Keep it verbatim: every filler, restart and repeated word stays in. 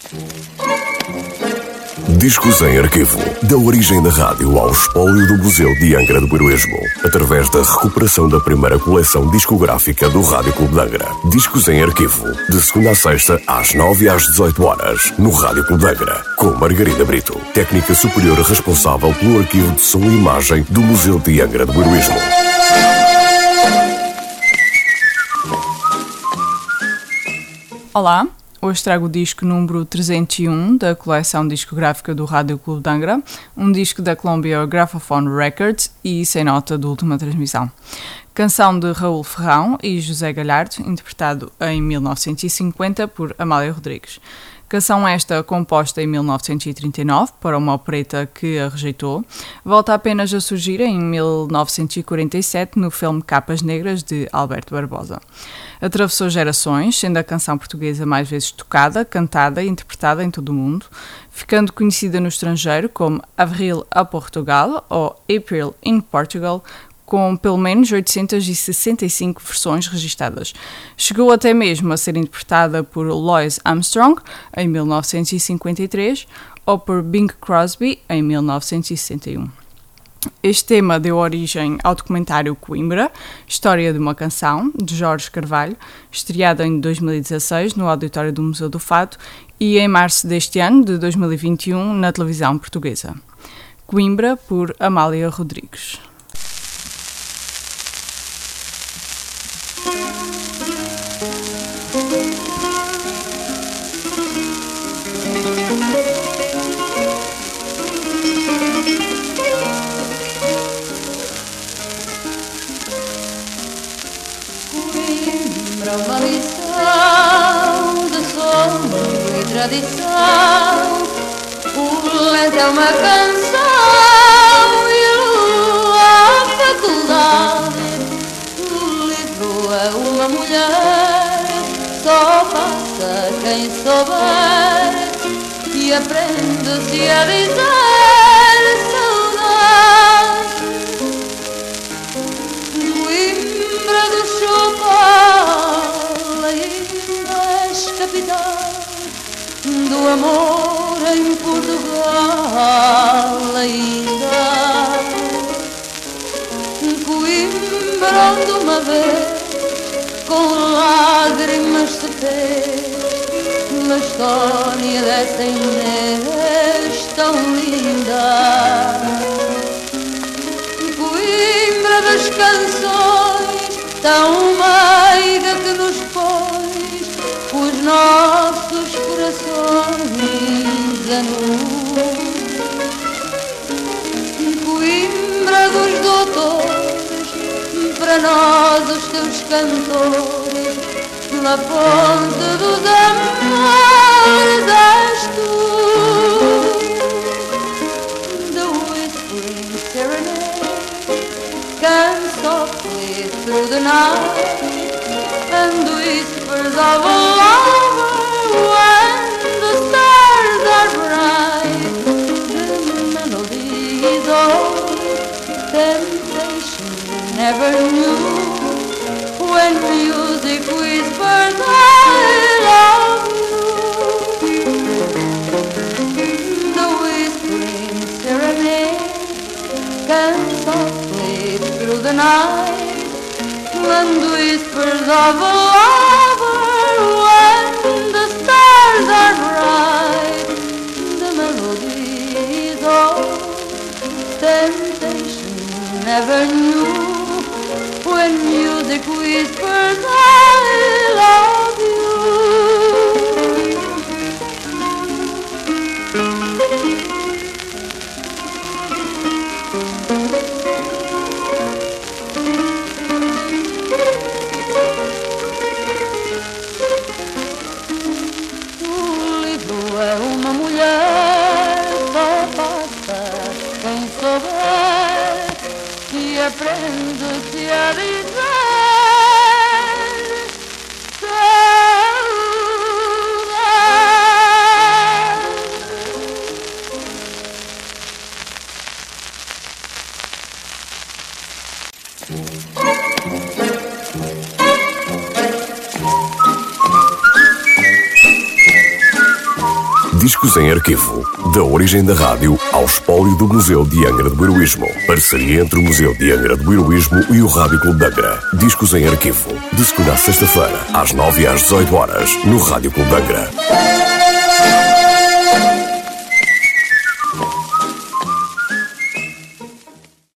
Discos em Arquivo. Da origem da rádio ao espólio do Museu de Angra do Heroísmo, através da recuperação da primeira coleção discográfica do Rádio Clube de Angra. Discos em Arquivo. De segunda a sexta, às nove e às dezoito horas, no Rádio Clube de Angra, com Margarida Brito, técnica superior responsável pelo arquivo de som e imagem do Museu de Angra do Heroísmo. Olá, hoje trago o disco número trezentos e um da coleção discográfica do Rádio Clube de Angra, um disco da Columbia Graphophone Records e sem nota de última transmissão. Canção de Raul Ferrão e José Galhardo, interpretado em mil novecentos e cinquenta por Amália Rodrigues. Canção esta composta em mil novecentos e trinta e nove para uma opereta que a rejeitou, volta apenas a surgir em mil novecentos e quarenta e sete no filme Capas Negras de Alberto Barbosa. Atravessou gerações, sendo a canção portuguesa mais vezes tocada, cantada e interpretada em todo o mundo, ficando conhecida no estrangeiro como Avril a Portugal ou April in Portugal, com pelo menos oitocentas e sessenta e cinco versões registadas. Chegou até mesmo a ser interpretada por Louis Armstrong, em mil novecentos e cinquenta e três, ou por Bing Crosby, em mil novecentos e sessenta e um. Este tema deu origem ao documentário Coimbra, História de uma Canção, de Jorge Carvalho, estreado em dois mil e dezasseis no auditório do Museu do Fado e em março deste ano, de dois mil e vinte e um, na televisão portuguesa. Coimbra, por Amália Rodrigues. Uma lição de sono e tradição, o lento é uma canção e lua a faculdade, o livro é uma mulher, só passa quem souber e aprende-se a dizer saudade. Coimbra do Chopin, capital do amor em Portugal ainda. Coimbra onde uma vez com lágrimas se fez uma história dessa Inês tão linda. Coimbra das canções, tão meiga que nos põe os nossos corações a nu. Coimbra dos doutores, para nós os teus cantores, na fonte dos amores és tu. The whispering serenade comes softly through the night, and whispers of a lover when the stars are bright. The melody is old, temptation never knew, when music whispers I love you. The whispering serenade comes softly through the night, and whispers of a lover when the stars are bright. The melody is old, temptation never knew, when music whispers I love you. Aprende-se a dizer saudade. Discos em Arquivo. Da origem da rádio ao espólio do Museu de Angra do Heroísmo. Parceria entre o Museu de Angra do Heroísmo e o Rádio Clube de Angra. Discos em Arquivo. De segunda a sexta-feira, às nove e às dezoito horas, no Rádio Clube de Angra.